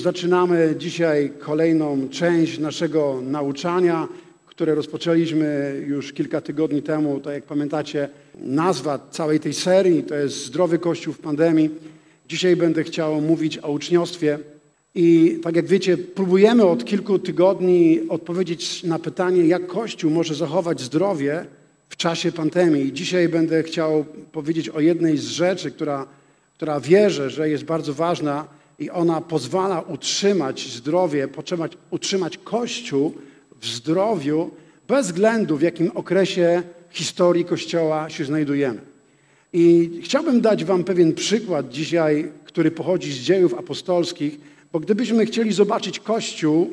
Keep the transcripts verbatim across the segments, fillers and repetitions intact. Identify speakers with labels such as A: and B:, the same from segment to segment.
A: zaczynamy dzisiaj kolejną część naszego nauczania, które rozpoczęliśmy już kilka tygodni temu. Tak jak pamiętacie, nazwa całej tej serii to jest Zdrowy Kościół w pandemii. Dzisiaj będę chciał mówić o uczniostwie i tak jak wiecie, próbujemy od kilku tygodni odpowiedzieć na pytanie, jak Kościół może zachować zdrowie w czasie pandemii. I dzisiaj będę chciał powiedzieć o jednej z rzeczy, która, która wierzę, że jest bardzo ważna i ona pozwala utrzymać zdrowie, utrzymać, utrzymać Kościół w zdrowiu bez względu w jakim okresie historii Kościoła się znajdujemy. I chciałbym dać wam pewien przykład dzisiaj, który pochodzi z Dziejów Apostolskich, bo gdybyśmy chcieli zobaczyć Kościół,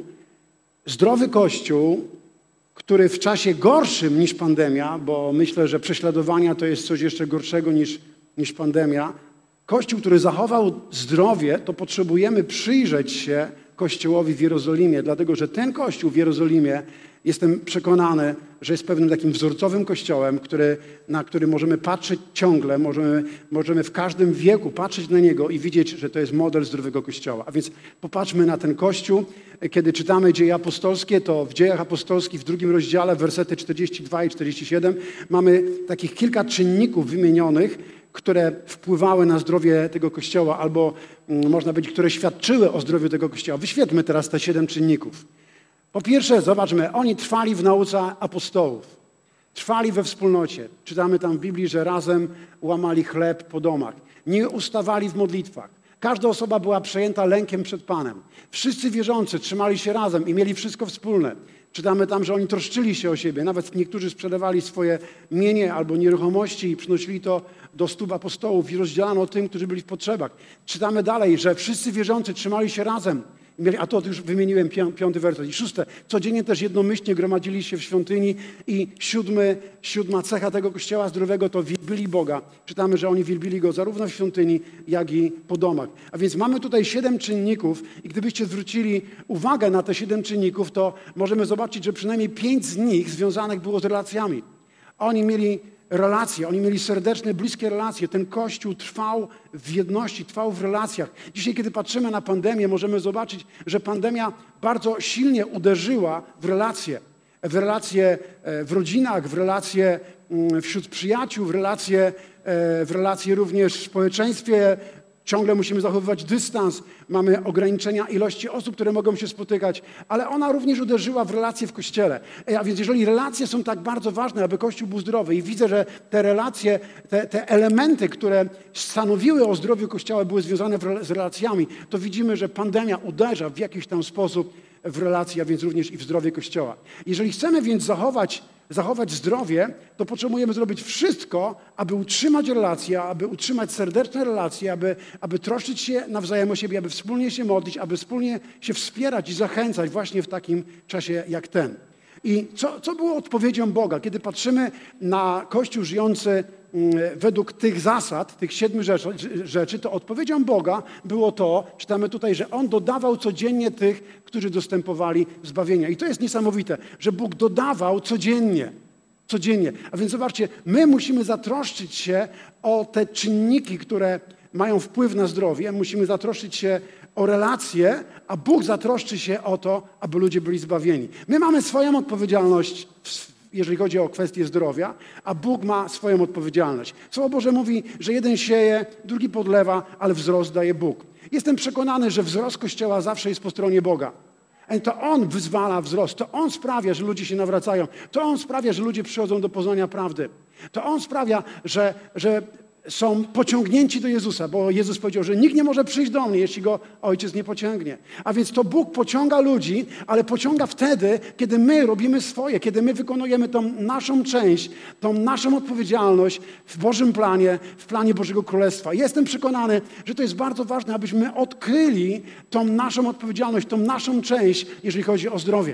A: zdrowy Kościół, który w czasie gorszym niż pandemia, bo myślę, że prześladowania to jest coś jeszcze gorszego niż, niż pandemia, Kościół, który zachował zdrowie, to potrzebujemy przyjrzeć się Kościołowi w Jerozolimie, dlatego że ten Kościół w Jerozolimie, jestem przekonany, że jest pewnym takim wzorcowym kościołem, który, na który możemy patrzeć ciągle, możemy, możemy w każdym wieku patrzeć na niego i widzieć, że to jest model zdrowego Kościoła. A więc popatrzmy na ten Kościół. Kiedy czytamy Dzieje Apostolskie, to w Dziejach Apostolskich w drugim rozdziale, wersety czterdziesty dwa i czterdzieści siedem, mamy takich kilka czynników wymienionych, które wpływały na zdrowie tego Kościoła albo można powiedzieć, które świadczyły o zdrowiu tego Kościoła. Wyświetlmy teraz te siedem czynników. Po pierwsze, zobaczmy, oni trwali w nauce apostołów. Trwali we wspólnocie. Czytamy tam w Biblii, że razem łamali chleb po domach. Nie ustawali w modlitwach. Każda osoba była przejęta lękiem przed Panem. Wszyscy wierzący trzymali się razem i mieli wszystko wspólne. Czytamy tam, że oni troszczyli się o siebie. Nawet niektórzy sprzedawali swoje mienie albo nieruchomości i przynosili to do stóp apostołów i rozdzielano tym, którzy byli w potrzebach. Czytamy dalej, że wszyscy wierzący trzymali się razem. A to już wymieniłem piąty werset. I szóste. Codziennie też jednomyślnie gromadzili się w świątyni i siódmy, siódma cecha tego Kościoła zdrowego to wielbili Boga. Czytamy, że oni wielbili Go zarówno w świątyni, jak i po domach. A więc mamy tutaj siedem czynników i gdybyście zwrócili uwagę na te siedem czynników, to możemy zobaczyć, że przynajmniej pięć z nich związanych było z relacjami. Oni mieli relacje, oni mieli serdeczne, bliskie relacje. Ten Kościół trwał w jedności, trwał w relacjach. Dzisiaj, kiedy patrzymy na pandemię, możemy zobaczyć, że pandemia bardzo silnie uderzyła w relacje. W relacje w rodzinach, w relacje wśród przyjaciół, w relacje, w relacje również w społeczeństwie. Ciągle musimy zachowywać dystans, mamy ograniczenia ilości osób, które mogą się spotykać, ale ona również uderzyła w relacje w Kościele. A więc jeżeli relacje są tak bardzo ważne, aby Kościół był zdrowy i widzę, że te relacje, te, te elementy, które stanowiły o zdrowiu Kościoła, były związane z relacjami, to widzimy, że pandemia uderza w jakiś tam sposób w relacje, a więc również i w zdrowie Kościoła. Jeżeli chcemy więc zachować, zachować zdrowie, to potrzebujemy zrobić wszystko, aby utrzymać relacje, aby utrzymać serdeczne relacje, aby, aby troszczyć się nawzajem o siebie, aby wspólnie się modlić, aby wspólnie się wspierać i zachęcać właśnie w takim czasie jak ten. I co, co było odpowiedzią Boga? Kiedy patrzymy na Kościół żyjący według tych zasad, tych siedmiu rzeczy, rzeczy, to odpowiedzią Boga było to, czytamy tutaj, że On dodawał codziennie tych, którzy dostępowali zbawienia. I to jest niesamowite, że Bóg dodawał codziennie. Codziennie. A więc zobaczcie, my musimy zatroszczyć się o te czynniki, które mają wpływ na zdrowie. Musimy zatroszczyć się o relacje, a Bóg zatroszczy się o to, aby ludzie byli zbawieni. My mamy swoją odpowiedzialność, jeżeli chodzi o kwestię zdrowia, a Bóg ma swoją odpowiedzialność. Słowo Boże mówi, że jeden sieje, drugi podlewa, ale wzrost daje Bóg. Jestem przekonany, że wzrost Kościoła zawsze jest po stronie Boga. To On wyzwala wzrost, to On sprawia, że ludzie się nawracają, to On sprawia, że ludzie przychodzą do poznania prawdy. To On sprawia, że, że są pociągnięci do Jezusa, bo Jezus powiedział, że nikt nie może przyjść do mnie, jeśli go Ojciec nie pociągnie. A więc to Bóg pociąga ludzi, ale pociąga wtedy, kiedy my robimy swoje, kiedy my wykonujemy tą naszą część, tą naszą odpowiedzialność w Bożym planie, w planie Bożego Królestwa. Jestem przekonany, że to jest bardzo ważne, abyśmy odkryli tą naszą odpowiedzialność, tą naszą część, jeżeli chodzi o zdrowie.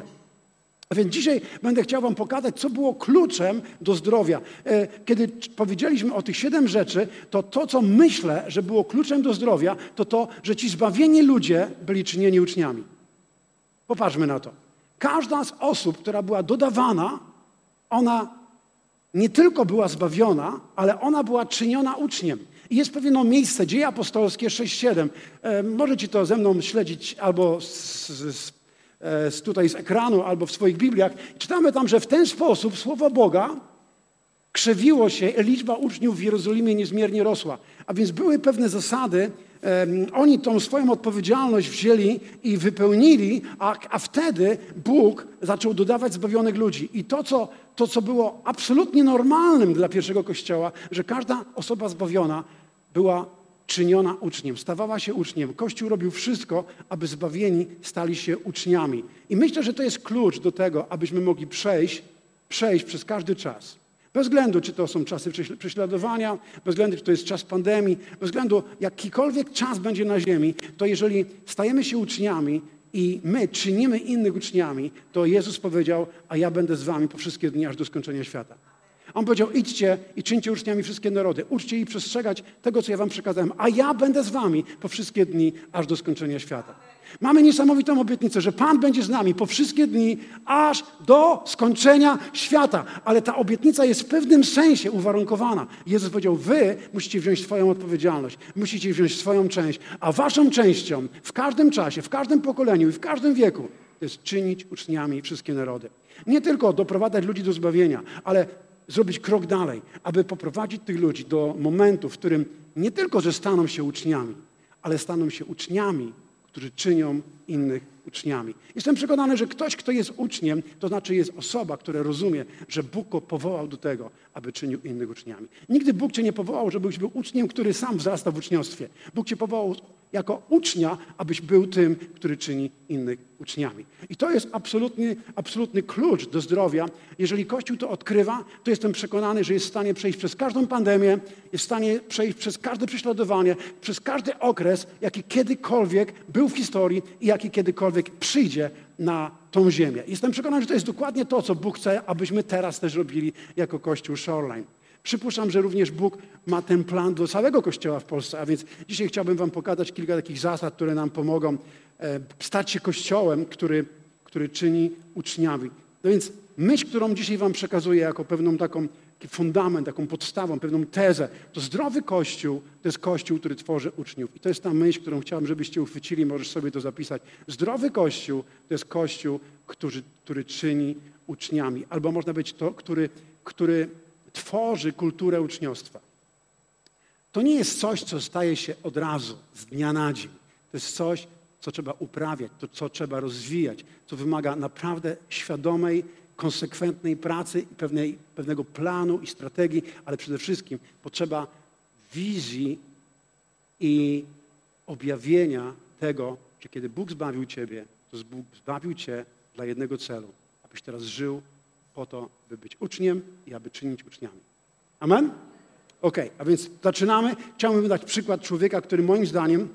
A: A więc dzisiaj będę chciał wam pokazać, co było kluczem do zdrowia. Kiedy powiedzieliśmy o tych siedem rzeczy, to to, co myślę, że było kluczem do zdrowia, to to, że ci zbawieni ludzie byli czynieni uczniami. Popatrzmy na to. Każda z osób, która była dodawana, ona nie tylko była zbawiona, ale ona była czyniona uczniem. I jest pewne miejsce, Dzieje Apostolskie sześć siedem. E, możecie to ze mną śledzić albo z, z, z, tutaj z ekranu, albo w swoich Bibliach. Czytamy tam, że w ten sposób Słowo Boga krzewiło się, liczba uczniów w Jerozolimie niezmiernie rosła. A więc były pewne zasady, um, oni tą swoją odpowiedzialność wzięli i wypełnili, a, a wtedy Bóg zaczął dodawać zbawionych ludzi. I to co, to, co było absolutnie normalnym dla pierwszego Kościoła, że każda osoba zbawiona była czyniona uczniem, stawała się uczniem. Kościół robił wszystko, aby zbawieni stali się uczniami. I myślę, że to jest klucz do tego, abyśmy mogli przejść, przejść przez każdy czas. Bez względu, czy to są czasy prześladowania, bez względu, czy to jest czas pandemii, bez względu, jakikolwiek czas będzie na ziemi, to jeżeli stajemy się uczniami i my czynimy innych uczniami, to Jezus powiedział, a ja będę z wami po wszystkie dni aż do skończenia świata. On powiedział, idźcie i czyńcie uczniami wszystkie narody. Uczcie i przestrzegać tego, co ja wam przekazałem, a ja będę z wami po wszystkie dni aż do skończenia świata. Mamy niesamowitą obietnicę, że Pan będzie z nami po wszystkie dni, aż do skończenia świata. Ale ta obietnica jest w pewnym sensie uwarunkowana. Jezus powiedział, wy musicie wziąć swoją odpowiedzialność, musicie wziąć swoją część, a waszą częścią w każdym czasie, w każdym pokoleniu i w każdym wieku to jest czynić uczniami wszystkie narody. Nie tylko doprowadzać ludzi do zbawienia, ale zrobić krok dalej, aby poprowadzić tych ludzi do momentu, w którym nie tylko, że staną się uczniami, ale staną się uczniami, którzy czynią innych uczniami. Jestem przekonany, że ktoś, kto jest uczniem, to znaczy jest osoba, która rozumie, że Bóg go powołał do tego, aby czynił innych uczniami. Nigdy Bóg cię nie powołał, żebyś był uczniem, który sam wzrasta w uczniostwie. Bóg cię powołał jako ucznia, abyś był tym, który czyni innych uczniami. I to jest absolutny, absolutny klucz do zdrowia. Jeżeli Kościół to odkrywa, to jestem przekonany, że jest w stanie przejść przez każdą pandemię, jest w stanie przejść przez każde prześladowanie, przez każdy okres, jaki kiedykolwiek był w historii i jaki kiedykolwiek przyjdzie na tą ziemię. Jestem przekonany, że to jest dokładnie to, co Bóg chce, abyśmy teraz też robili jako Kościół Shoreline. Przypuszczam, że również Bóg ma ten plan dla całego Kościoła w Polsce, a więc dzisiaj chciałbym wam pokazać kilka takich zasad, które nam pomogą e, stać się Kościołem, który, który czyni uczniami. No więc myśl, którą dzisiaj wam przekazuję jako pewną taką taki fundament, taką podstawą, pewną tezę, to zdrowy Kościół to jest Kościół, który tworzy uczniów. I to jest ta myśl, którą chciałbym, żebyście uchwycili, możesz sobie to zapisać. Zdrowy Kościół to jest Kościół, który, który czyni uczniami. Albo można być to, który, który tworzy kulturę uczniostwa. To nie jest coś, co staje się od razu, z dnia na dzień. To jest coś, co trzeba uprawiać, to co trzeba rozwijać, co wymaga naprawdę świadomej, konsekwentnej pracy i pewnej, pewnego planu i strategii, ale przede wszystkim potrzeba wizji i objawienia tego, że kiedy Bóg zbawił ciebie, to Bóg zbawił cię dla jednego celu, abyś teraz żył po to, by być uczniem i aby czynić uczniami. Amen? Okej, a więc zaczynamy. Chciałbym dać przykład człowieka, który moim zdaniem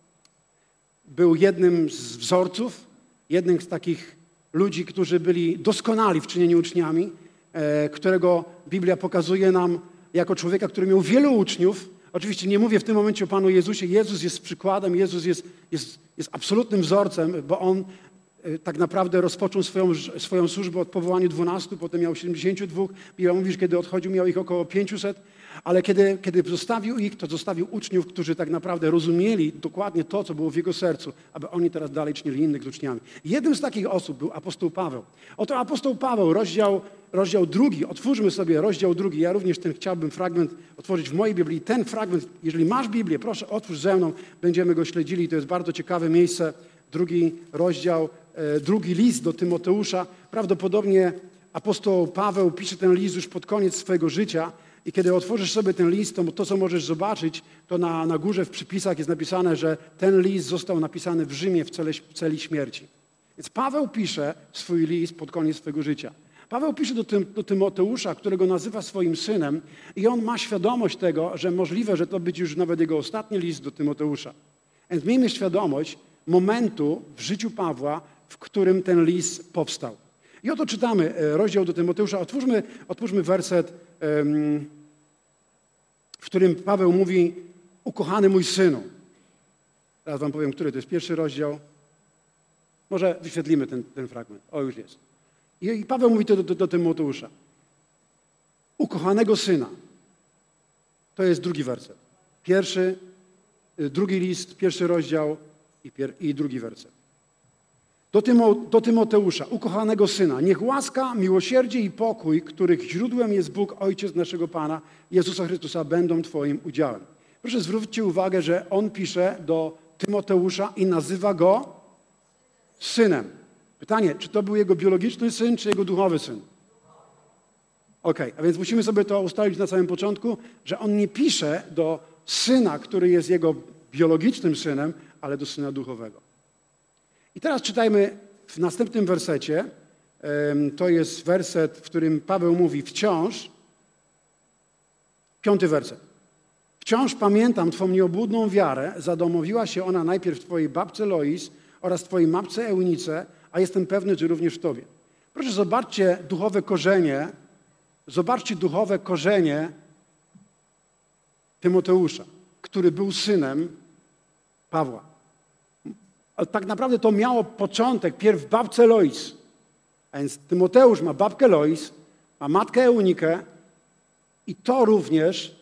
A: był jednym z wzorców, jednym z takich ludzi, którzy byli doskonali w czynieniu uczniami, e, którego Biblia pokazuje nam jako człowieka, który miał wielu uczniów. Oczywiście nie mówię w tym momencie o Panu Jezusie. Jezus jest przykładem, Jezus jest, jest, jest absolutnym wzorcem, bo On e, tak naprawdę rozpoczął swoją, swoją służbę od powołania dwunastu, potem miał siedemdziesięciu dwóch. Biblia mówi, że kiedy odchodził, miał ich około pięciuset. Ale kiedy, kiedy zostawił ich, to zostawił uczniów, którzy tak naprawdę rozumieli dokładnie to, co było w jego sercu, aby oni teraz dalej czynili innych z uczniami. Jednym z takich osób był apostoł Paweł. Oto apostoł Paweł, rozdział, rozdział drugi, otwórzmy sobie rozdział drugi. Ja również ten chciałbym fragment otworzyć w mojej Biblii. Ten fragment, jeżeli masz Biblię, proszę otwórz ze mną, będziemy go śledzili. To jest bardzo ciekawe miejsce. Drugi rozdział, e, drugi list do Tymoteusza. Prawdopodobnie apostoł Paweł pisze ten list już pod koniec swojego życia. I kiedy otworzysz sobie ten list, to to, co możesz zobaczyć, to na, na górze w przypisach jest napisane, że ten list został napisany w Rzymie w, cele, w celi śmierci. Więc Paweł pisze swój list pod koniec swojego życia. Paweł pisze do, tym, do Tymoteusza, którego nazywa swoim synem i on ma świadomość tego, że możliwe, że to być już nawet jego ostatni list do Tymoteusza. Więc miejmy świadomość momentu w życiu Pawła, w którym ten list powstał. I oto czytamy rozdział do Tymoteusza. Otwórzmy, otwórzmy werset, w którym Paweł mówi: ukochany mój synu. Teraz wam powiem, który to jest pierwszy rozdział. Może wyświetlimy ten, ten fragment. O, już jest. I Paweł mówi to do, do, do Tymoteusza. Ukochanego syna. To jest drugi werset. Pierwszy, drugi list, pierwszy rozdział i, pier, i drugi werset. Do, Tymo, do Tymoteusza, ukochanego syna, niech łaska, miłosierdzie i pokój, których źródłem jest Bóg, Ojciec naszego Pana, Jezusa Chrystusa, będą Twoim udziałem. Proszę zwróćcie uwagę, że on pisze do Tymoteusza i nazywa go synem. Pytanie, czy to był jego biologiczny syn, czy jego duchowy syn? Okej, okay, a więc musimy sobie to ustalić na samym początku, że on nie pisze do syna, który jest jego biologicznym synem, ale do syna duchowego. I teraz czytajmy w następnym wersecie. To jest werset, w którym Paweł mówi wciąż, piąty werset. Wciąż pamiętam Twą nieobłudną wiarę, zadomowiła się ona najpierw w Twojej babce Lois oraz Twojej matce Eunice, a jestem pewny, że również w Tobie. Proszę, zobaczcie duchowe korzenie, zobaczcie duchowe korzenie Tymoteusza, który był synem Pawła. Ale tak naprawdę to miało początek pierw w babce Lois. A więc Tymoteusz ma babkę Lois, ma matkę Eunikę i to również,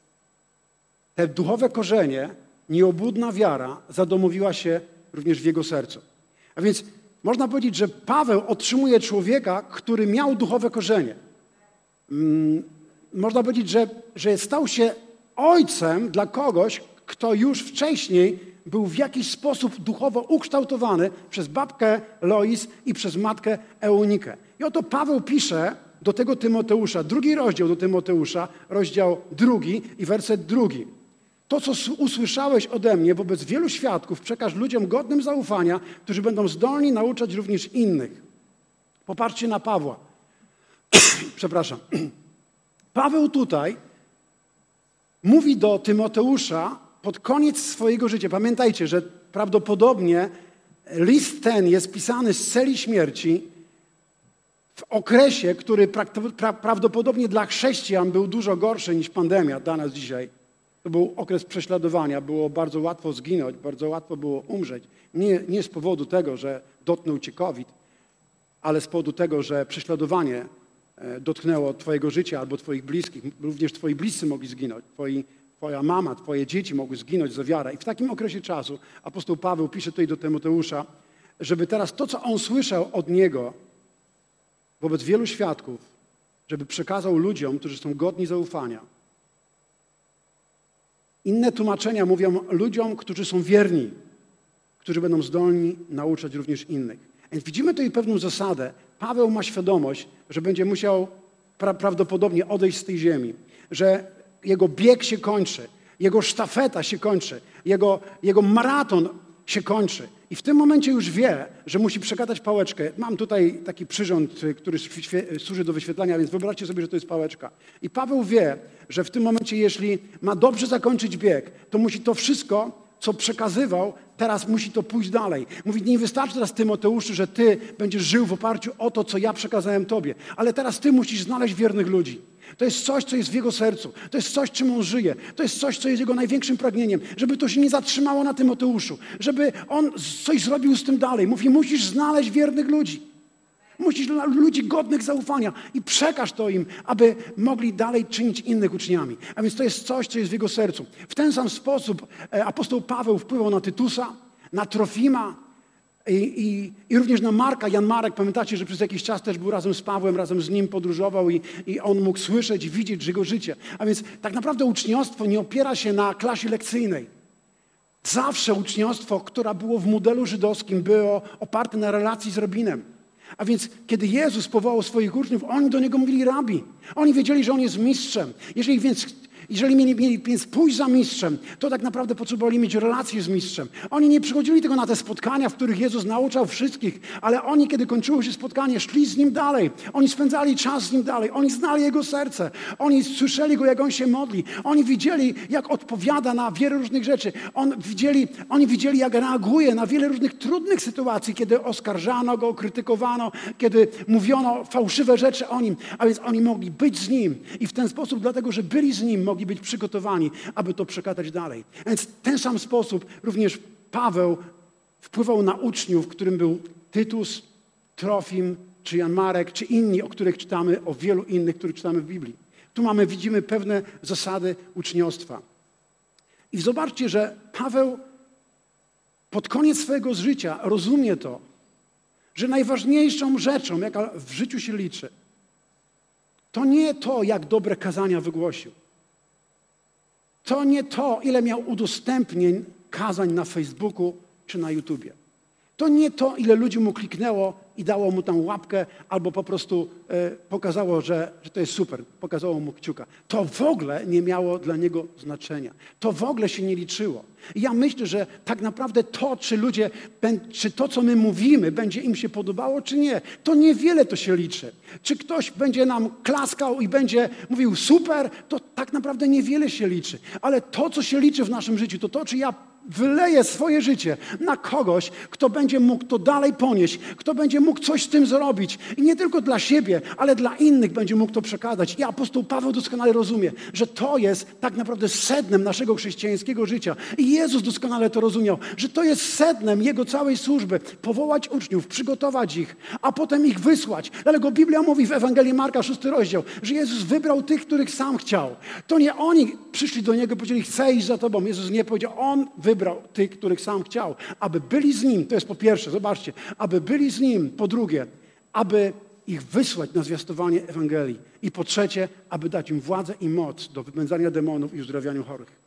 A: te duchowe korzenie, nieobłudna wiara zadomowiła się również w jego sercu. A więc można powiedzieć, że Paweł otrzymuje człowieka, który miał duchowe korzenie. Hmm, można powiedzieć, że, że stał się ojcem dla kogoś, kto już wcześniej był w jakiś sposób duchowo ukształtowany przez babkę Lois i przez matkę Eunikę. I oto Paweł pisze do tego Tymoteusza, drugi rozdział do Tymoteusza, rozdział drugi i werset drugi. To, co usłyszałeś ode mnie wobec wielu świadków, przekaż ludziom godnym zaufania, którzy będą zdolni nauczać również innych. Popatrzcie na Pawła. Przepraszam. Paweł tutaj mówi do Tymoteusza pod koniec swojego życia. Pamiętajcie, że prawdopodobnie list ten jest pisany z celi śmierci w okresie, który pra- pra- prawdopodobnie dla chrześcijan był dużo gorszy niż pandemia dla nas dzisiaj. To był okres prześladowania, było bardzo łatwo zginąć, bardzo łatwo było umrzeć. Nie, nie z powodu tego, że dotknął cię COVID, ale z powodu tego, że prześladowanie dotknęło twojego życia albo twoich bliskich. Również twoi bliscy mogli zginąć, twoi, twoja mama, twoje dzieci mogły zginąć za wiarę. I w takim okresie czasu apostoł Paweł pisze tutaj do Tymoteusza, żeby teraz to, co on słyszał od niego wobec wielu świadków, żeby przekazał ludziom, którzy są godni zaufania. Inne tłumaczenia mówią ludziom, którzy są wierni, którzy będą zdolni nauczać również innych. Więc widzimy tutaj pewną zasadę. Paweł ma świadomość, że będzie musiał pra- prawdopodobnie odejść z tej ziemi, że jego bieg się kończy, jego sztafeta się kończy, jego, jego maraton się kończy. I w tym momencie już wie, że musi przekazać pałeczkę. Mam tutaj taki przyrząd, który służy do wyświetlania, więc wyobraźcie sobie, że to jest pałeczka. I Paweł wie, że w tym momencie, jeśli ma dobrze zakończyć bieg, to musi to wszystko, co przekazywał, teraz musi to pójść dalej. Mówi, nie wystarczy teraz Tymoteuszu, że ty będziesz żył w oparciu o to, co ja przekazałem tobie, ale teraz ty musisz znaleźć wiernych ludzi. To jest coś, co jest w jego sercu. To jest coś, czym on żyje. To jest coś, co jest jego największym pragnieniem. Żeby to się nie zatrzymało na Tymoteuszu. Żeby on coś zrobił z tym dalej. Mówi, musisz znaleźć wiernych ludzi. Musisz ludzi godnych zaufania i przekaż to im, aby mogli dalej czynić innych uczniami. A więc to jest coś, co jest w jego sercu. W ten sam sposób apostoł Paweł wpływał na Tytusa, na Trofima i, i, i również na Marka. Jan Marek, pamiętacie, że przez jakiś czas też był razem z Pawłem, razem z nim podróżował i, i on mógł słyszeć i widzieć jego życie. A więc tak naprawdę uczniostwo nie opiera się na klasie lekcyjnej. Zawsze uczniostwo, które było w modelu żydowskim, było oparte na relacji z rabinem. A więc kiedy Jezus powołał swoich uczniów, oni do Niego mówili rabi. Oni wiedzieli, że On jest mistrzem. Jeżeli więc, jeżeli mieli, mieli więc pójść za mistrzem, to tak naprawdę potrzebowali mieć relację z mistrzem. Oni nie przychodzili tylko na te spotkania, w których Jezus nauczał wszystkich, ale oni, kiedy kończyło się spotkanie, szli z Nim dalej. Oni spędzali czas z Nim dalej. Oni znali Jego serce. Oni słyszeli Go, jak On się modli. Oni widzieli, jak odpowiada na wiele różnych rzeczy. On widzieli, oni widzieli, jak reaguje na wiele różnych trudnych sytuacji, kiedy oskarżano Go, krytykowano, kiedy mówiono fałszywe rzeczy o Nim. A więc oni mogli być z Nim i w ten sposób, dlatego że byli z Nim, mogli być przygotowani, aby to przekazać dalej. A więc w ten sam sposób również Paweł wpływał na uczniów, którym był Tytus, Trofim, czy Jan Marek, czy inni, o których czytamy, o wielu innych, których czytamy w Biblii. Tu mamy, widzimy pewne zasady uczniostwa. I zobaczcie, że Paweł pod koniec swojego życia rozumie to, że najważniejszą rzeczą, jaka w życiu się liczy, to nie to, jak dobre kazania wygłosił. To nie to, ile miał udostępnień kazań na Facebooku czy na YouTubie. To nie to, ile ludzi mu kliknęło i dało mu tam łapkę albo po prostu e, pokazało, że, że to jest super, pokazało mu kciuka. To w ogóle nie miało dla niego znaczenia. To w ogóle się nie liczyło. I ja myślę, że tak naprawdę to, czy ludzie, czy to, co my mówimy, będzie im się podobało, czy nie, to niewiele to się liczy. Czy ktoś będzie nam klaskał i będzie mówił super, to tak naprawdę niewiele się liczy. Ale to, co się liczy w naszym życiu, to to, czy ja wyleję swoje życie na kogoś, kto będzie mógł to dalej ponieść, kto będzie mógł coś z tym zrobić. I nie tylko dla siebie, ale dla innych będzie mógł to przekazać. I apostoł Paweł doskonale rozumie, że to jest tak naprawdę sednem naszego chrześcijańskiego życia. I Jezus doskonale to rozumiał, że to jest sednem Jego całej służby. Powołać uczniów, przygotować ich, a potem ich wysłać. Dlatego Biblia mówi w Ewangelii Marka, szósty rozdział, że Jezus wybrał tych, których sam chciał. To nie oni przyszli do Niego i powiedzieli, chcę iść za Tobą. Jezus nie powiedział, On wybrał tych, których sam chciał. Aby byli z Nim, to jest po pierwsze, zobaczcie, aby byli z Nim, po drugie, aby ich wysłać na zwiastowanie Ewangelii. I po trzecie, aby dać im władzę i moc do wypędzania demonów i uzdrawiania chorych.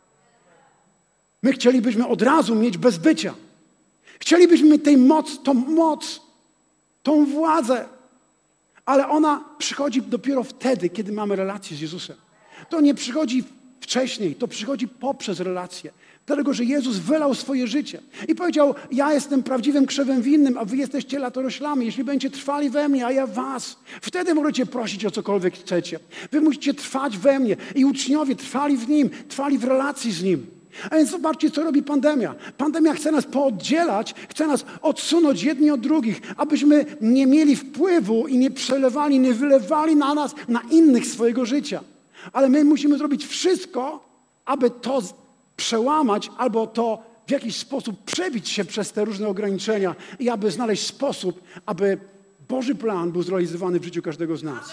A: My chcielibyśmy od razu mieć bez bycia. Chcielibyśmy mieć tej moc, tą moc, tą władzę. Ale ona przychodzi dopiero wtedy, kiedy mamy relację z Jezusem. To nie przychodzi wcześniej, to przychodzi poprzez relację. Dlatego, że Jezus wylał swoje życie i powiedział, ja jestem prawdziwym krzewem winnym, a wy jesteście latoroślami, jeśli będziecie trwali we mnie, a ja w was. Wtedy możecie prosić o cokolwiek chcecie. Wy musicie trwać we mnie i uczniowie trwali w Nim, trwali w relacji z Nim. A więc zobaczcie, co robi pandemia. Pandemia chce nas pooddzielać, chce nas odsunąć jedni od drugich, abyśmy nie mieli wpływu i nie przelewali, nie wylewali na nas, na innych swojego życia. Ale my musimy zrobić wszystko, aby to przełamać albo to w jakiś sposób przebić się przez te różne ograniczenia i aby znaleźć sposób, aby Boży plan był zrealizowany w życiu każdego z nas.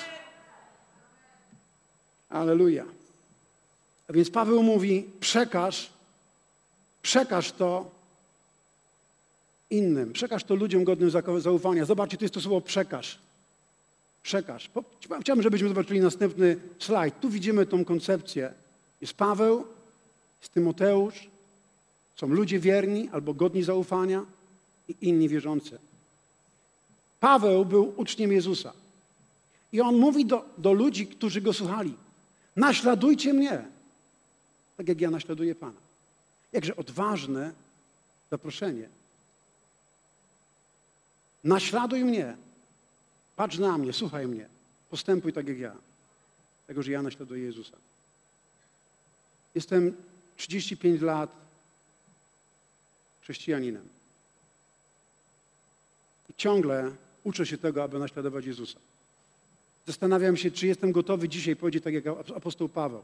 A: Alleluja. A więc Paweł mówi, przekaż, przekaż to innym. Przekaż to ludziom godnym zaufania. Zobaczcie, to jest to słowo przekaż. Przekaż. Chciałbym, żebyśmy zobaczyli następny slajd. Tu widzimy tą koncepcję. Jest Paweł, jest Tymoteusz, są ludzie wierni albo godni zaufania i inni wierzący. Paweł był uczniem Jezusa. I on mówi do, do ludzi, którzy go słuchali. Naśladujcie mnie, tak jak ja naśladuję Pana. Jakże odważne zaproszenie. Naśladuj mnie. Patrz na mnie, słuchaj mnie. Postępuj tak jak ja. Tego, że ja naśladuję Jezusa. Jestem trzydzieści pięć lat chrześcijaninem. I ciągle uczę się tego, aby naśladować Jezusa. Zastanawiam się, czy jestem gotowy dzisiaj powiedzieć tak jak apostoł Paweł.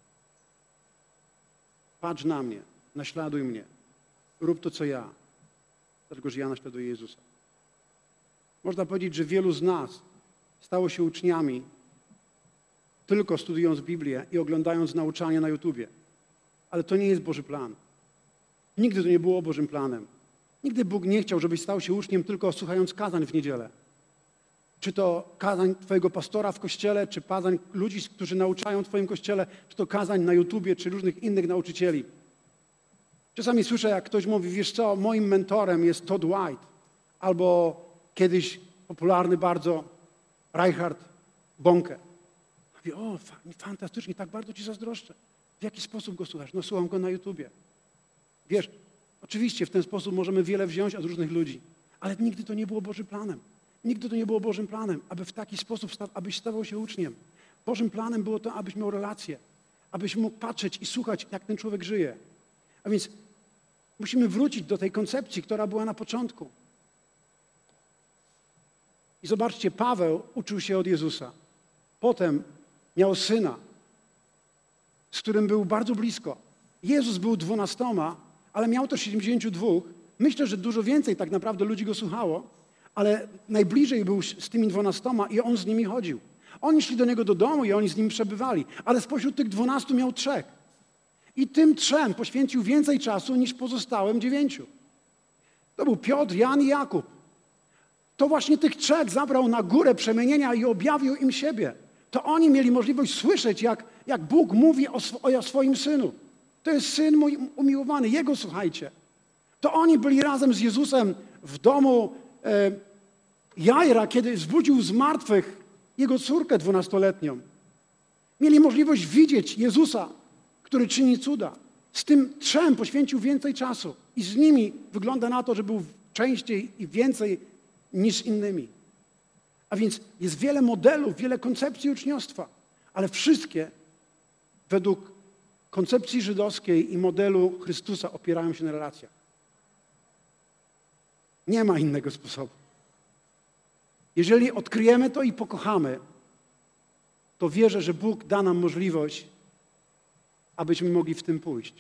A: Patrz na mnie, naśladuj mnie. Rób to, co ja. Dlatego, że ja naśladuję Jezusa. Można powiedzieć, że wielu z nas stało się uczniami tylko studiując Biblię i oglądając nauczania na YouTubie. Ale to nie jest Boży plan. Nigdy to nie było Bożym planem. Nigdy Bóg nie chciał, żebyś stał się uczniem tylko słuchając kazań w niedzielę. Czy to kazań twojego pastora w kościele, czy kazań ludzi, którzy nauczają w twoim kościele, czy to kazań na YouTubie, czy różnych innych nauczycieli. Czasami słyszę, jak ktoś mówi, wiesz co, moim mentorem jest Todd White, albo kiedyś popularny bardzo Reinhard Bonke. Mówię, o, fantastycznie, tak bardzo ci zazdroszczę. W jaki sposób go słuchasz? No słucham go na YouTubie. Wiesz, oczywiście w ten sposób możemy wiele wziąć od różnych ludzi, ale nigdy to nie było Bożym planem. Nigdy to nie było Bożym planem, aby w taki sposób, abyś stawał się uczniem. Bożym planem było to, abyś miał relację, abyś mógł patrzeć i słuchać, jak ten człowiek żyje. A więc musimy wrócić do tej koncepcji, która była na początku. I zobaczcie, Paweł uczył się od Jezusa. Potem miał syna, z którym był bardzo blisko. Jezus był dwunastoma, ale miał też siedemdziesięciu dwóch. Myślę, że dużo więcej tak naprawdę ludzi go słuchało, ale najbliżej był z tymi dwunastoma i on z nimi chodził. Oni szli do niego do domu i oni z nim przebywali, ale spośród tych dwunastu miał trzech. I tym trzem poświęcił więcej czasu niż pozostałym dziewięciu. To był Piotr, Jan i Jakub. To właśnie tych trzech zabrał na górę przemienienia i objawił im siebie. To oni mieli możliwość słyszeć, jak, jak Bóg mówi o, sw- o swoim Synu. To jest Syn mój umiłowany, Jego słuchajcie. To oni byli razem z Jezusem w domu e, Jaira, kiedy wzbudził z martwych jego córkę dwunastoletnią. Mieli możliwość widzieć Jezusa, który czyni cuda. Z tym trzem poświęcił więcej czasu i z nimi wygląda na to, że był częściej i więcej niż z innymi. A więc jest wiele modelów, wiele koncepcji uczniostwa, ale wszystkie według koncepcji żydowskiej i modelu Chrystusa opierają się na relacjach. Nie ma innego sposobu. Jeżeli odkryjemy to i pokochamy, to wierzę, że Bóg da nam możliwość, abyśmy mogli w tym pójść.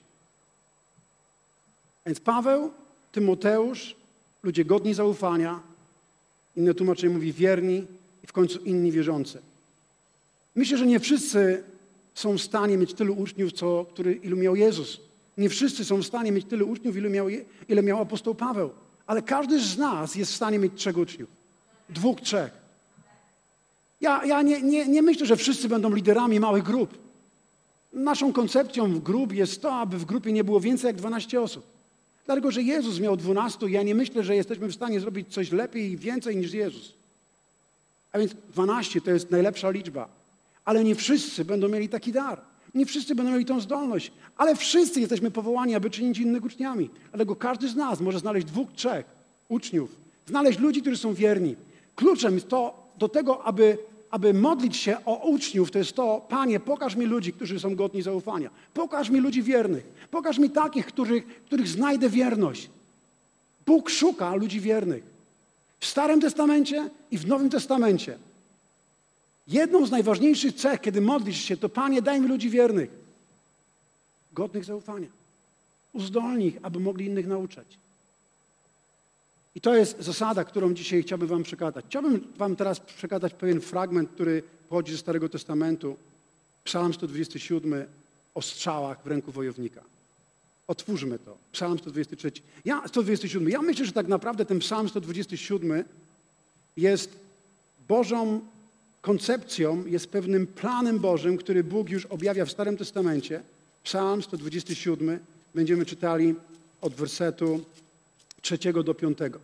A: Więc Paweł, Tymoteusz, ludzie godni zaufania, inne tłumaczenie mówi wierni i w końcu inni wierzący. Myślę, że nie wszyscy są w stanie mieć tylu uczniów, co, który, ilu miał Jezus. Nie wszyscy są w stanie mieć tylu uczniów, ile miał, ile miał apostoł Paweł. Ale każdy z nas jest w stanie mieć trzech uczniów. Dwóch, trzech. Ja, ja nie, nie, nie myślę, że wszyscy będą liderami małych grup. Naszą koncepcją grup jest to, aby w grupie nie było więcej jak dwanaście osób. Dlatego, że Jezus miał dwunastu, ja nie myślę, że jesteśmy w stanie zrobić coś lepiej i więcej niż Jezus. A więc dwanaście to jest najlepsza liczba. Ale nie wszyscy będą mieli taki dar. Nie wszyscy będą mieli tą zdolność. Ale wszyscy jesteśmy powołani, aby czynić innych uczniami. Dlatego każdy z nas może znaleźć dwóch, trzech uczniów. Znaleźć ludzi, którzy są wierni. Kluczem jest to do tego, aby, aby modlić się o uczniów, to jest to, Panie, pokaż mi ludzi, którzy są godni zaufania. Pokaż mi ludzi wiernych. Pokaż mi takich, których, których znajdę wierność. Bóg szuka ludzi wiernych. W Starym Testamencie i w Nowym Testamencie. Jedną z najważniejszych cech, kiedy modlisz się, to Panie, daj mi ludzi wiernych. Godnych zaufania. Uzdolnij ich, aby mogli innych nauczać. I to jest zasada, którą dzisiaj chciałbym wam przekazać. Chciałbym wam teraz przekazać pewien fragment, który pochodzi ze Starego Testamentu. Psalm sto dwudziesty siódmy o strzałach w ręku wojownika. Otwórzmy to. Psalm sto dwudziesty trzeci. Ja, sto dwudziesty siódmy. Ja myślę, że tak naprawdę ten Psalm sto dwudziesty siódmy jest Bożą koncepcją, jest pewnym planem Bożym, który Bóg już objawia w Starym Testamencie. Psalm sto dwudziesty siódmy. Będziemy czytali od wersetu trzeciego do piątego.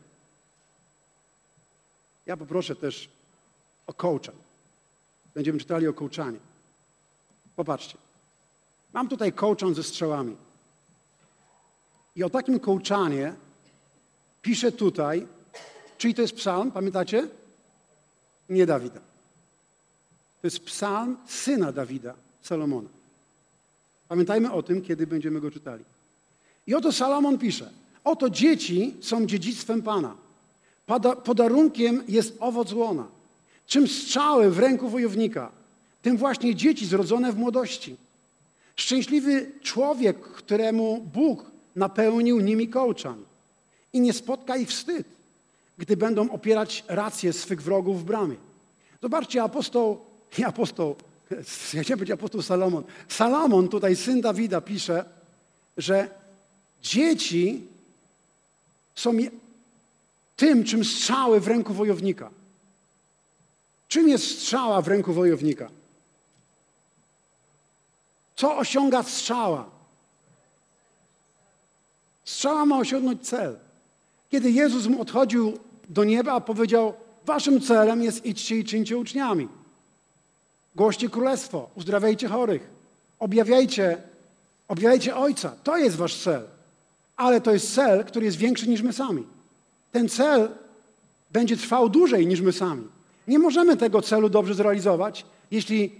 A: Ja poproszę też o kołczan. Będziemy czytali o kołczanie. Popatrzcie. Mam tutaj kołczan ze strzałami. I o takim kołczanie pisze tutaj, czyli to jest psalm, pamiętacie? Nie Dawida. To jest psalm syna Dawida, Salomona. Pamiętajmy o tym, kiedy będziemy go czytali. I oto Salomon pisze: oto dzieci są dziedzictwem Pana. Pada, podarunkiem jest owoc łona. Czym strzały w ręku wojownika, tym właśnie dzieci zrodzone w młodości. Szczęśliwy człowiek, któremu Bóg napełnił nimi kołczan i nie spotka ich wstyd, gdy będą opierać rację swych wrogów w bramie. Zobaczcie, apostoł, nie apostoł, ja chciałem powiedzieć apostoł Salomon. Salomon, tutaj syn Dawida, pisze, że dzieci są tym, czym strzały w ręku wojownika. Czym jest strzała w ręku wojownika? Co osiąga strzała? Strzała ma osiągnąć cel. Kiedy Jezus odchodził do nieba, powiedział: waszym celem jest idźcie i czyńcie uczniami. Głoście królestwo, uzdrawiajcie chorych, objawiajcie, objawiajcie Ojca. To jest wasz cel. Ale to jest cel, który jest większy niż my sami. Ten cel będzie trwał dłużej niż my sami. Nie możemy tego celu dobrze zrealizować, jeśli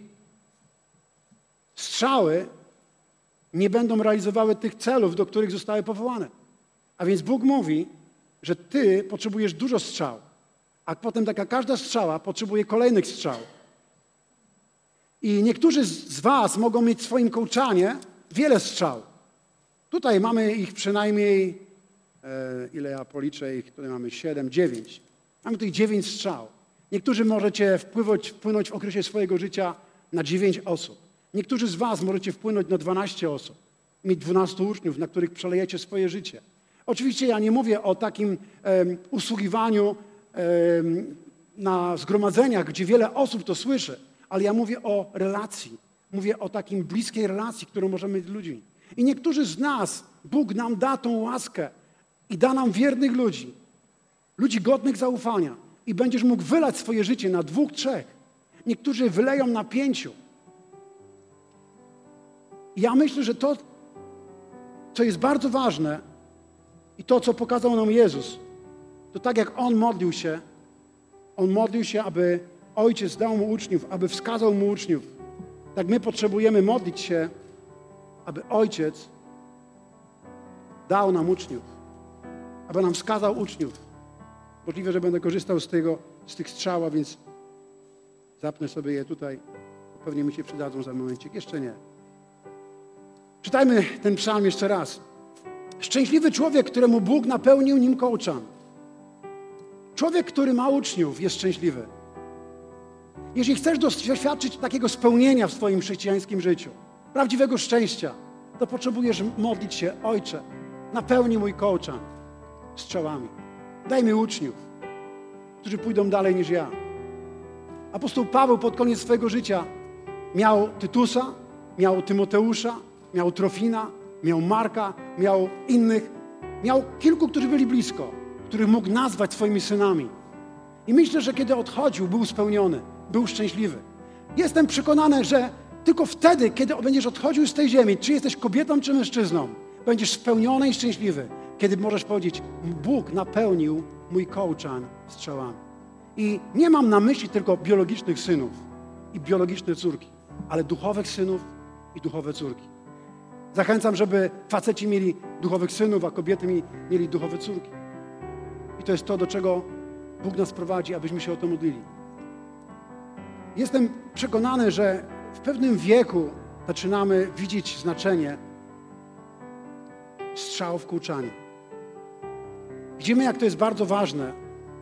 A: strzały nie będą realizowały tych celów, do których zostały powołane. A więc Bóg mówi, że ty potrzebujesz dużo strzał, a potem taka każda strzała potrzebuje kolejnych strzał. I niektórzy z was mogą mieć w swoim kołczanie wiele strzał. Tutaj mamy ich przynajmniej, e, ile ja policzę ich, tutaj mamy siedem, dziewięć. Mamy tutaj dziewięć strzał. Niektórzy możecie wpływać, wpłynąć w okresie swojego życia na dziewięć osób. Niektórzy z was możecie wpłynąć na dwanaście osób. mieć dwunastu uczniów, na których przelejecie swoje życie. Oczywiście ja nie mówię o takim um, usługiwaniu um, na zgromadzeniach, gdzie wiele osób to słyszy, ale ja mówię o relacji. Mówię o takim bliskiej relacji, którą możemy mieć z ludźmi. I niektórzy z nas, Bóg nam da tą łaskę i da nam wiernych ludzi, ludzi godnych zaufania i będziesz mógł wylać swoje życie na dwóch, trzech. Niektórzy wyleją na pięciu. I ja myślę, że to, co jest bardzo ważne i to, co pokazał nam Jezus, to tak jak On modlił się, On modlił się, aby Ojciec dał Mu uczniów, aby wskazał Mu uczniów. Tak my potrzebujemy modlić się, aby Ojciec dał nam uczniów, aby nam wskazał uczniów. Możliwe, że będę korzystał z, tego, z tych strzał, a więc zapnę sobie je tutaj. Pewnie mi się przydadzą za momencik. Jeszcze nie. Czytajmy ten psalm jeszcze raz. Szczęśliwy człowiek, któremu Bóg napełnił nim kołczan. Człowiek, który ma uczniów, jest szczęśliwy. Jeśli chcesz doświadczyć takiego spełnienia w swoim chrześcijańskim życiu, prawdziwego szczęścia, to potrzebujesz modlić się: Ojcze, napełnij mój kołczan strzałami. Daj mi uczniów, którzy pójdą dalej niż ja. Apostoł Paweł pod koniec swojego życia miał Tytusa, miał Tymoteusza, miał Trofina, miał Marka, miał innych. Miał kilku, którzy byli blisko, których mógł nazwać swoimi synami. I myślę, że kiedy odchodził, był spełniony, był szczęśliwy. Jestem przekonany, że tylko wtedy, kiedy będziesz odchodził z tej ziemi, czy jesteś kobietą, czy mężczyzną, będziesz spełniony i szczęśliwy, kiedy możesz powiedzieć: Bóg napełnił mój kołczan strzałami. I nie mam na myśli tylko biologicznych synów i biologiczne córki, ale duchowych synów i duchowe córki. Zachęcam, żeby faceci mieli duchowych synów, a kobiety mieli duchowe córki. I to jest to, do czego Bóg nas prowadzi, abyśmy się o to modlili. Jestem przekonany, że w pewnym wieku zaczynamy widzieć znaczenie strzał w kołczanie. Widzimy, jak to jest bardzo ważne.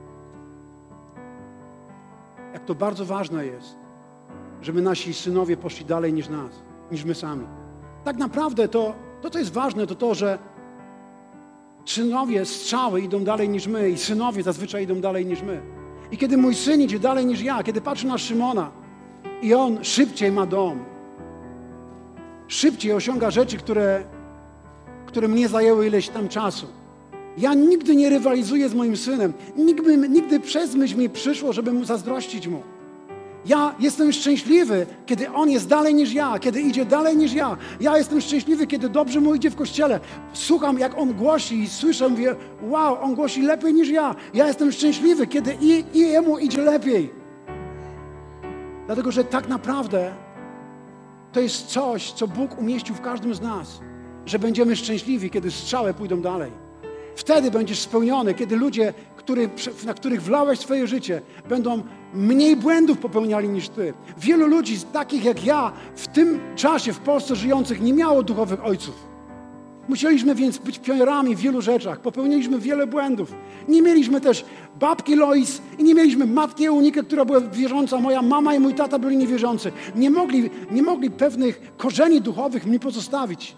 A: Jak to bardzo ważne jest, żeby nasi synowie poszli dalej niż nas, niż my sami. Tak naprawdę to, to co jest ważne, to to, że synowie strzały idą dalej niż my i synowie zazwyczaj idą dalej niż my. I kiedy mój syn idzie dalej niż ja, kiedy patrzę na Szymona i on szybciej ma dom, szybciej osiąga rzeczy, które, które mnie zajęły ileś tam czasu. Ja nigdy nie rywalizuję z moim synem. Nigdy, nigdy przez myśl mi przyszło, żeby mu zazdrościć mu. Ja jestem szczęśliwy, kiedy on jest dalej niż ja, kiedy idzie dalej niż ja. Ja jestem szczęśliwy, kiedy dobrze mu idzie w kościele. Słucham, jak on głosi i słyszę, mówię: wow, on głosi lepiej niż ja. Ja jestem szczęśliwy, kiedy i, i jemu idzie lepiej. Dlatego, że tak naprawdę to jest coś, co Bóg umieścił w każdym z nas, że będziemy szczęśliwi, kiedy strzały pójdą dalej. Wtedy będziesz spełniony, kiedy ludzie, który, na których wlałeś swoje życie, będą mniej błędów popełniali niż ty. Wielu ludzi, takich jak ja, w tym czasie w Polsce żyjących, nie miało duchowych ojców. Musieliśmy więc być pionierami w wielu rzeczach. Popełniliśmy wiele błędów. Nie mieliśmy też babki Lois i nie mieliśmy matki Euniki, która była wierząca. Moja mama i mój tata byli niewierzący. Nie mogli, nie mogli pewnych korzeni duchowych mi pozostawić.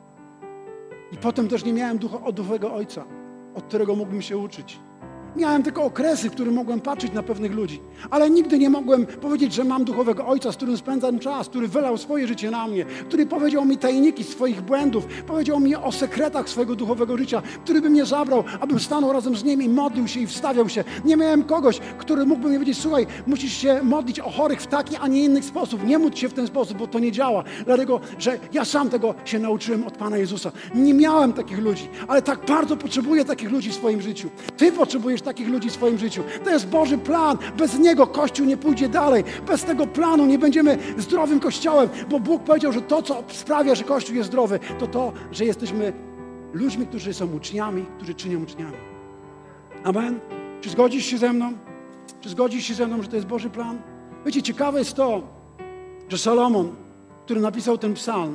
A: I potem też nie miałem ducho, duchowego ojca, od którego mógłbym się uczyć. Miałem tylko okresy, w których mogłem patrzeć na pewnych ludzi, ale nigdy nie mogłem powiedzieć, że mam duchowego ojca, z którym spędzam czas, który wylał swoje życie na mnie, który powiedział mi tajniki swoich błędów, powiedział mi o sekretach swojego duchowego życia, który by mnie zabrał, abym stanął razem z nim i modlił się i wstawiał się. Nie miałem kogoś, który mógłby mi powiedzieć: słuchaj, musisz się modlić o chorych w taki, a nie inny sposób. Nie módl się w ten sposób, bo to nie działa. Dlatego, że ja sam tego się nauczyłem od Pana Jezusa. Nie miałem takich ludzi, ale tak bardzo potrzebuję takich ludzi w swoim życiu. Ty potrzebujesz takich ludzi w swoim życiu. To jest Boży plan. Bez Niego Kościół nie pójdzie dalej. Bez tego planu nie będziemy zdrowym Kościołem, bo Bóg powiedział, że to, co sprawia, że Kościół jest zdrowy, to to, że jesteśmy ludźmi, którzy są uczniami, którzy czynią uczniami. Amen? Czy zgodzisz się ze mną? Czy zgodzisz się ze mną, że to jest Boży plan? Wiecie, ciekawe jest to, że Salomon, który napisał ten psalm,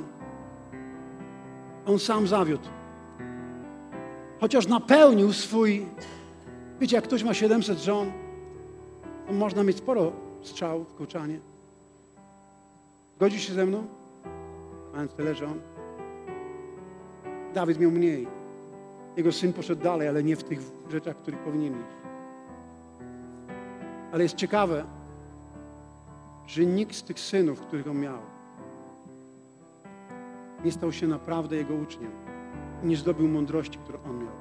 A: on sam zawiódł. Chociaż napełnił swój... Wiecie, jak ktoś ma siedemset żon, to można mieć sporo strzał w kołczanie. Zgodzisz się ze mną? Mając tyle żon. Dawid miał mniej. Jego syn poszedł dalej, ale nie w tych rzeczach, w których powinien iść. Ale jest ciekawe, że nikt z tych synów, których on miał, nie stał się naprawdę jego uczniem. Nie zdobył mądrości, którą on miał.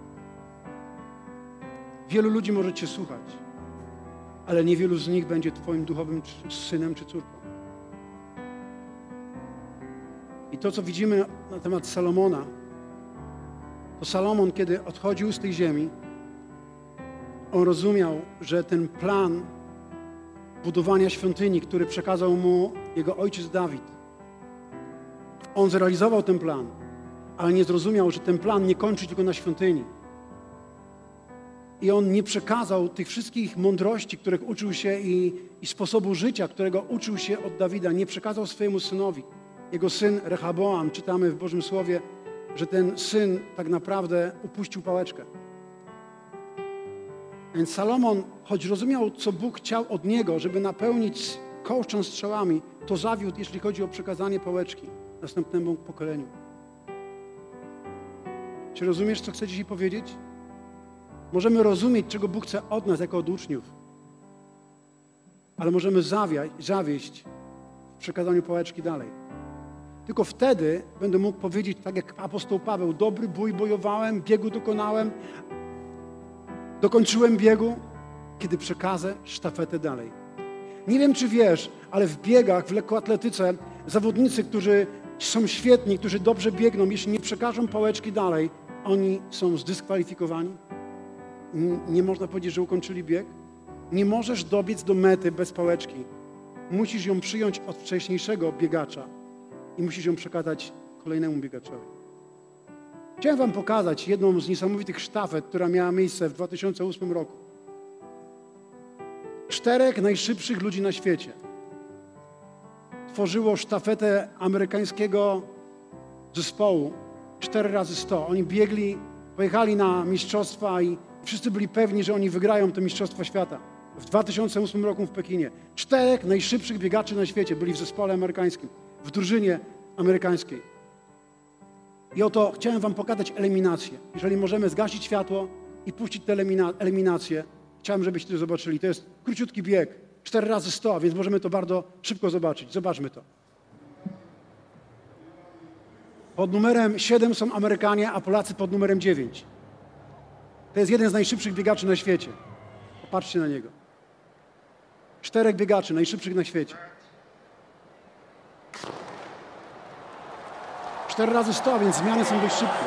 A: Wielu ludzi może cię słuchać, ale niewielu z nich będzie twoim duchowym synem czy córką. I to, co widzimy na, na temat Salomona, to Salomon, kiedy odchodził z tej ziemi, on rozumiał, że ten plan budowania świątyni, który przekazał mu jego ojciec Dawid, on zrealizował ten plan, ale nie zrozumiał, że ten plan nie kończy tylko na świątyni. I on nie przekazał tych wszystkich mądrości, których uczył się i, i sposobu życia, którego uczył się od Dawida, nie przekazał swojemu synowi. Jego syn Rehaboam, czytamy w Bożym Słowie, że ten syn tak naprawdę upuścił pałeczkę. Więc Salomon, choć rozumiał, co Bóg chciał od niego, żeby napełnić kołczan strzałami, to zawiódł, jeśli chodzi o przekazanie pałeczki następnemu pokoleniu. Czy rozumiesz, co chcę dzisiaj powiedzieć? Możemy rozumieć, czego Bóg chce od nas jako od uczniów, ale możemy zawia- zawieść w przekazaniu pałeczki dalej. Tylko wtedy będę mógł powiedzieć, tak jak apostoł Paweł, dobry bój bojowałem, biegu dokonałem, dokończyłem biegu, kiedy przekazę sztafetę dalej. Nie wiem, czy wiesz, ale w biegach, w lekkoatletyce zawodnicy, którzy są świetni, którzy dobrze biegną, jeśli nie przekażą pałeczki dalej, oni są zdyskwalifikowani. Nie można powiedzieć, że ukończyli bieg. Nie możesz dobiec do mety bez pałeczki. Musisz ją przyjąć od wcześniejszego biegacza i musisz ją przekazać kolejnemu biegaczowi. Chciałem wam pokazać jedną z niesamowitych sztafet, która miała miejsce w dwa tysiące ósmym roku. Czterech najszybszych ludzi na świecie tworzyło sztafetę amerykańskiego zespołu cztery razy sto. Oni biegli, pojechali na mistrzostwa i wszyscy byli pewni, że oni wygrają te mistrzostwa świata. W dwa tysiące ósmym roku w Pekinie. Czterech najszybszych biegaczy na świecie byli w zespole amerykańskim, w drużynie amerykańskiej. I oto chciałem wam pokazać eliminację. Jeżeli możemy zgasić światło i puścić tę elimina- eliminację, chciałem, żebyście to zobaczyli. To jest króciutki bieg, cztery razy sto, więc możemy to bardzo szybko zobaczyć. Zobaczmy to. Pod numerem siedem są Amerykanie, a Polacy pod numerem dziewięć. To jest jeden z najszybszych biegaczy na świecie. Popatrzcie na niego. Czterech biegaczy, najszybszych na świecie. Cztery razy sto, a więc zmiany są dość szybkie.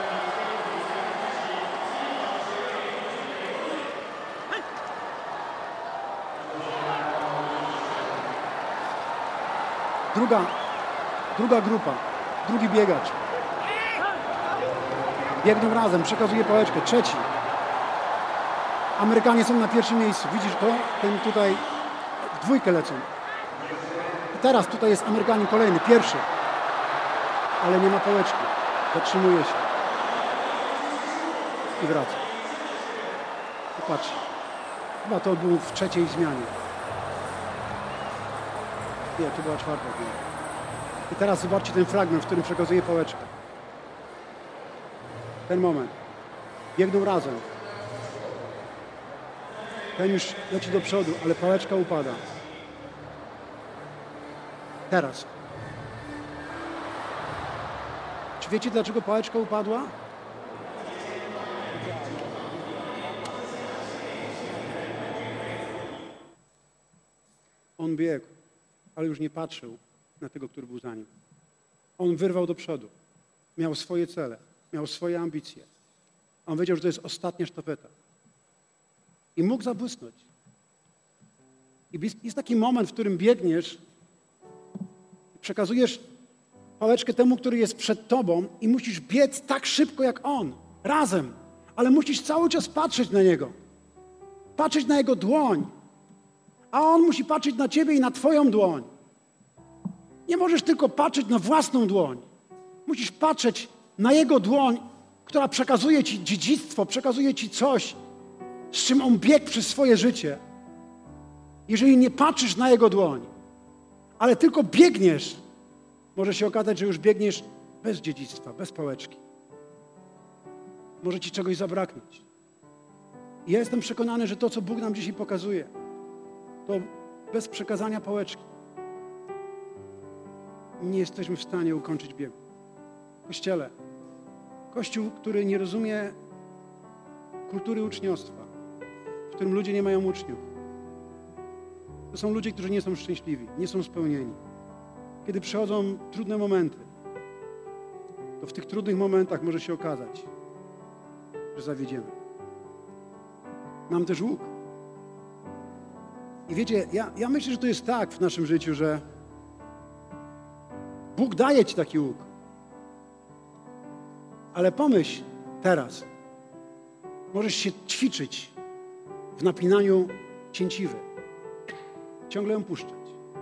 A: Druga, druga grupa, drugi biegacz. Biegną razem, przekazuje pałeczkę. Trzeci. Amerykanie są na pierwszym miejscu. Widzisz to? Ten tutaj w dwójkę lecą. I teraz tutaj jest Amerykanin kolejny, pierwszy. Ale nie ma pałeczki. Zatrzymuje się. I wraca. Popatrz. Chyba to był w trzeciej zmianie. Nie, to była czwarta zmiana. I teraz zobaczcie ten fragment, w którym przekazuje pałeczkę. Ten moment. Biegną razem. Ten już leci do przodu, ale pałeczka upada. Teraz. Czy wiecie, dlaczego pałeczka upadła? On biegł, ale już nie patrzył na tego, który był za nim. On wyrwał do przodu. Miał swoje cele, miał swoje ambicje. On wiedział, że to jest ostatnia sztafeta. I mógł zabłysnąć. I jest taki moment, w którym biegniesz, przekazujesz pałeczkę temu, który jest przed tobą i musisz biec tak szybko jak on, razem. Ale musisz cały czas patrzeć na niego. Patrzeć na jego dłoń. A on musi patrzeć na ciebie i na twoją dłoń. Nie możesz tylko patrzeć na własną dłoń. Musisz patrzeć na jego dłoń, która przekazuje ci dziedzictwo, przekazuje ci coś, z czym on biegł przez swoje życie. Jeżeli nie patrzysz na jego dłoń, ale tylko biegniesz, może się okazać, że już biegniesz bez dziedzictwa, bez pałeczki. Może ci czegoś zabraknąć. I ja jestem przekonany, że to, co Bóg nam dzisiaj pokazuje, to bez przekazania pałeczki nie jesteśmy w stanie ukończyć biegu. Kościele, Kościół, który nie rozumie kultury uczniostwa, w którym ludzie nie mają uczniów. To są ludzie, którzy nie są szczęśliwi, nie są spełnieni. Kiedy przychodzą trudne momenty, to w tych trudnych momentach może się okazać, że zawiedziemy. Mam też łuk. I wiecie, ja, ja myślę, że to jest tak w naszym życiu, że Bóg daje ci taki łuk. Ale pomyśl teraz, możesz się ćwiczyć w napinaniu cięciwy. Ciągle ją puszczać.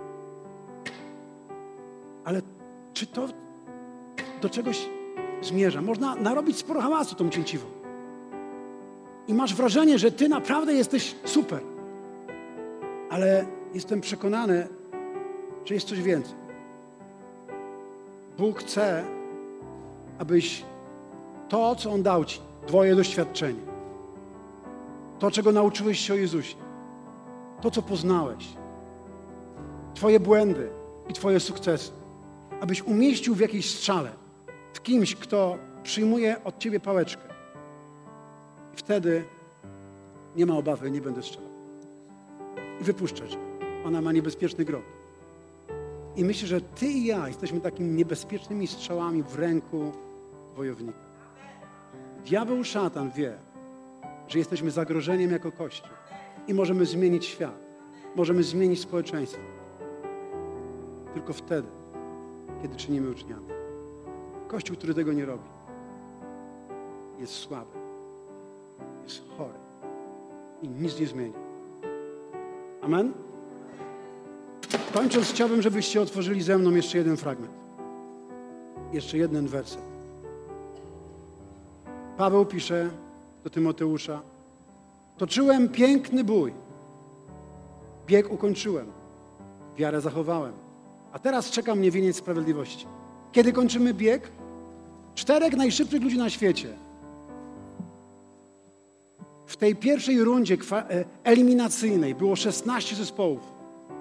A: Ale czy to do czegoś zmierza? Można narobić sporo hałasu tą cięciwą. I masz wrażenie, że ty naprawdę jesteś super. Ale jestem przekonany, że jest coś więcej. Bóg chce, abyś to, co On dał ci, twoje doświadczenie, to, czego nauczyłeś się o Jezusie, to, co poznałeś, twoje błędy i twoje sukcesy, abyś umieścił w jakiejś strzale, w kimś, kto przyjmuje od ciebie pałeczkę. I wtedy nie ma obawy, nie będę strzelał. I wypuszczasz. Ona ma niebezpieczny grób. I myślę, że ty i ja jesteśmy takimi niebezpiecznymi strzałami w ręku wojownika. Diabeł, szatan wie, że jesteśmy zagrożeniem jako Kościół i możemy zmienić świat. Możemy zmienić społeczeństwo. Tylko wtedy, kiedy czynimy uczniami. Kościół, który tego nie robi, jest słaby, jest chory i nic nie zmieni. Amen? Kończąc, chciałbym, żebyście otworzyli ze mną jeszcze jeden fragment. Jeszcze jeden werset. Paweł pisze do Tymoteusza: toczyłem piękny bój, bieg ukończyłem, wiarę zachowałem, a teraz czeka mnie wieniec sprawiedliwości. Kiedy kończymy bieg? Czterech najszybszych ludzi na świecie w tej pierwszej rundzie eliminacyjnej było szesnaście zespołów.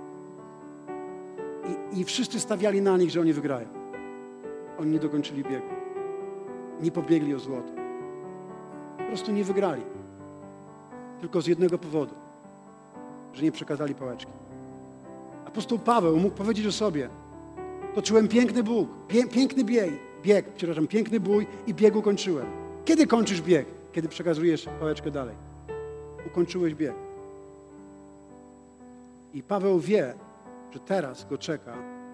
A: I, I wszyscy stawiali na nich, że oni wygrają. Oni nie dokończyli biegu. Nie pobiegli o złoto. Po prostu nie wygrali. Tylko z jednego powodu. Że nie przekazali pałeczki. Apostoł Paweł mógł powiedzieć o sobie: toczyłem piękny Bóg, pie, piękny bieg, bieg, przepraszam, piękny bój i bieg ukończyłem. Kiedy kończysz bieg? Kiedy przekazujesz pałeczkę dalej. Ukończyłeś bieg. I Paweł wie, że teraz go czeka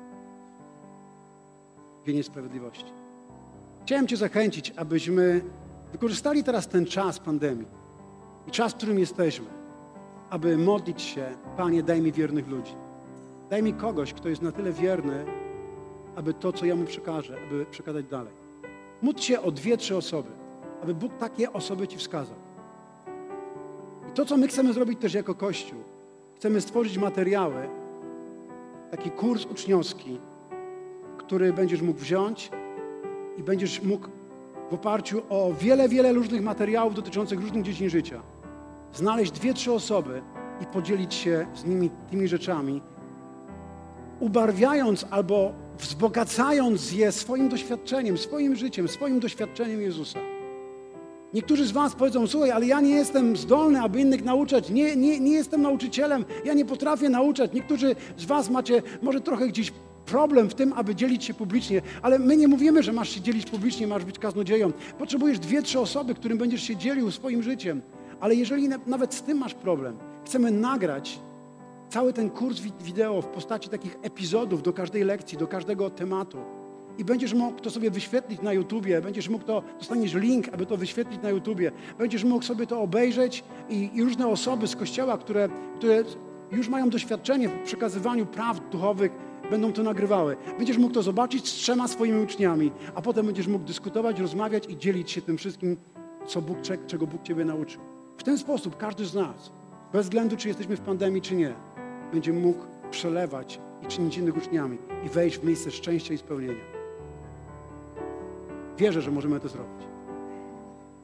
A: wieniec sprawiedliwości. Chciałem Cię zachęcić, abyśmy wykorzystali teraz ten czas pandemii i czas, w którym jesteśmy, aby modlić się: Panie, daj mi wiernych ludzi. Daj mi kogoś, kto jest na tyle wierny, aby to, co ja mu przekażę, aby przekazać dalej. Módl się o dwie, trzy osoby, aby Bóg takie osoby Ci wskazał. I to, co my chcemy zrobić też jako Kościół, chcemy stworzyć materiały, taki kurs uczniowski, który będziesz mógł wziąć i będziesz mógł w oparciu o wiele, wiele różnych materiałów dotyczących różnych dziedzin życia znaleźć dwie, trzy osoby i podzielić się z nimi tymi rzeczami, ubarwiając albo wzbogacając je swoim doświadczeniem, swoim życiem, swoim doświadczeniem Jezusa. Niektórzy z was powiedzą: słuchaj, ale ja nie jestem zdolny, aby innych nauczać. Nie, nie, nie jestem nauczycielem. Ja nie potrafię nauczać. Niektórzy z was macie może trochę gdzieś problem w tym, aby dzielić się publicznie, ale my nie mówimy, że masz się dzielić publicznie, masz być kaznodzieją. Potrzebujesz dwie, trzy osoby, którym będziesz się dzielił swoim życiem. Ale jeżeli nawet z tym masz problem, chcemy nagrać cały ten kurs wideo w postaci takich epizodów do każdej lekcji, do każdego tematu. I będziesz mógł to sobie wyświetlić na YouTubie, będziesz mógł to, dostaniesz link, aby to wyświetlić na YouTubie, będziesz mógł sobie to obejrzeć i, i różne osoby z Kościoła, które, które już mają doświadczenie w przekazywaniu prawd duchowych, będą to nagrywały. Będziesz mógł to zobaczyć z trzema swoimi uczniami, a potem będziesz mógł dyskutować, rozmawiać i dzielić się tym wszystkim, co Bóg, czego Bóg Ciebie nauczył. W ten sposób każdy z nas, bez względu czy jesteśmy w pandemii, czy nie, będzie mógł przelewać i czynić innych uczniami i wejść w miejsce szczęścia i spełnienia. Wierzę, że możemy to zrobić.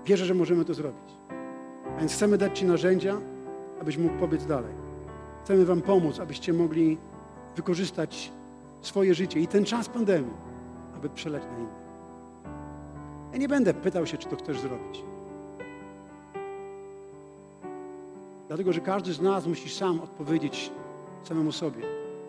A: Wierzę, że możemy to zrobić. A więc chcemy dać Ci narzędzia, abyś mógł pobiec dalej. Chcemy Wam pomóc, abyście mogli wykorzystać swoje życie i ten czas pandemii, aby przeleć na inne. Ja nie będę pytał się, czy to chcesz zrobić. Dlatego, że każdy z nas musi sam odpowiedzieć samemu sobie.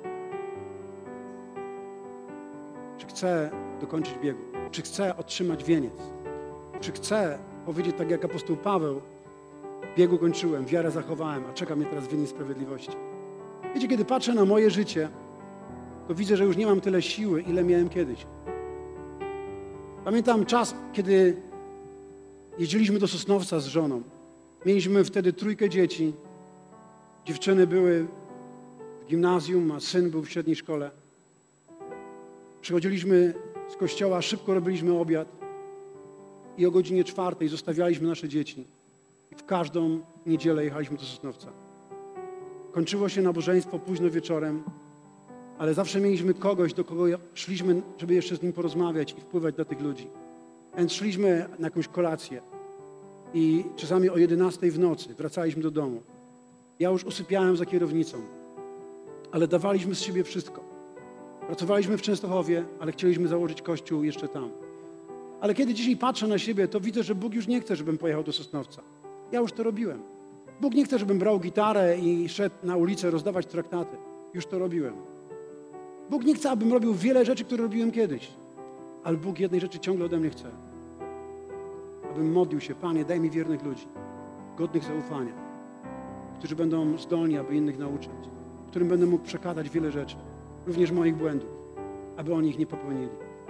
A: Czy chce dokończyć biegu? Czy chce otrzymać wieniec? Czy chce powiedzieć tak jak apostoł Paweł, biegu kończyłem, wiarę zachowałem, a czeka mnie teraz wieniec sprawiedliwości. Wiecie, kiedy patrzę na moje życie, to widzę, że już nie mam tyle siły, ile miałem kiedyś. Pamiętam czas, kiedy jeździliśmy do Sosnowca z żoną. Mieliśmy wtedy trójkę dzieci. Dziewczyny były w gimnazjum, a syn był w średniej szkole. Przychodziliśmy z kościoła, szybko robiliśmy obiad i o godzinie czwartej zostawialiśmy nasze dzieci. I w każdą niedzielę jechaliśmy do Sosnowca. Kończyło się nabożeństwo późno wieczorem, ale zawsze mieliśmy kogoś, do kogo szliśmy, żeby jeszcze z nim porozmawiać i wpływać na tych ludzi. Więc szliśmy na jakąś kolację i czasami o jedenastej w nocy wracaliśmy do domu. Ja już usypiałem za kierownicą, ale dawaliśmy z siebie wszystko. Pracowaliśmy w Częstochowie, ale chcieliśmy założyć kościół jeszcze tam. Ale kiedy dzisiaj patrzę na siebie, to widzę, że Bóg już nie chce, żebym pojechał do Sosnowca. Ja już to robiłem. Bóg nie chce, żebym brał gitarę i szedł na ulicę rozdawać traktaty. Już to robiłem. Bóg nie chce, abym robił wiele rzeczy, które robiłem kiedyś. Ale Bóg jednej rzeczy ciągle ode mnie chce. Abym modlił się, Panie, daj mi wiernych ludzi, godnych zaufania, którzy będą zdolni, aby innych nauczyć, którym będę mógł przekazać wiele rzeczy, również moich błędów, aby oni ich nie popełnili.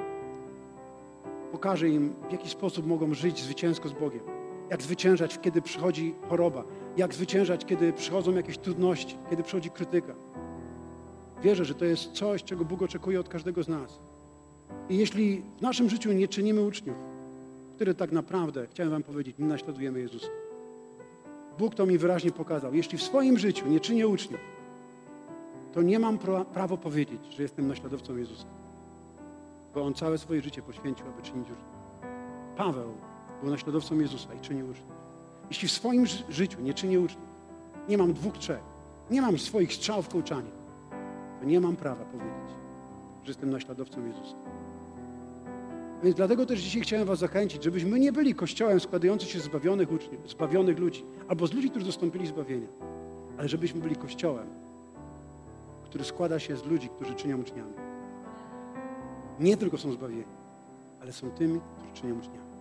A: Pokażę im, w jaki sposób mogą żyć zwycięsko z Bogiem. Jak zwyciężać, kiedy przychodzi choroba. Jak zwyciężać, kiedy przychodzą jakieś trudności, kiedy przychodzi krytyka. Wierzę, że to jest coś, czego Bóg oczekuje od każdego z nas. I jeśli w naszym życiu nie czynimy uczniów, które tak naprawdę, chciałem wam powiedzieć, nie naśladujemy Jezusa. Bóg to mi wyraźnie pokazał. Jeśli w swoim życiu nie czynię uczniów, to nie mam pra- prawo powiedzieć, że jestem naśladowcą Jezusa. Bo On całe swoje życie poświęcił, aby czynić uczniów. Paweł był naśladowcą Jezusa i czynił uczniów. Jeśli w swoim ży- życiu nie czynię uczniów, nie mam dwóch, trzech, nie mam swoich strzał w kołczanie, to nie mam prawa powiedzieć, że jestem naśladowcą Jezusa. Więc dlatego też dzisiaj chciałem was zachęcić, żebyśmy nie byli kościołem składającym się z zbawionych uczniów, zbawionych ludzi, albo z ludzi, którzy dostąpili zbawienia, ale żebyśmy byli kościołem, który składa się z ludzi, którzy czynią uczniami. Nie tylko są zbawieni, ale są tymi, którzy czynią uczniami.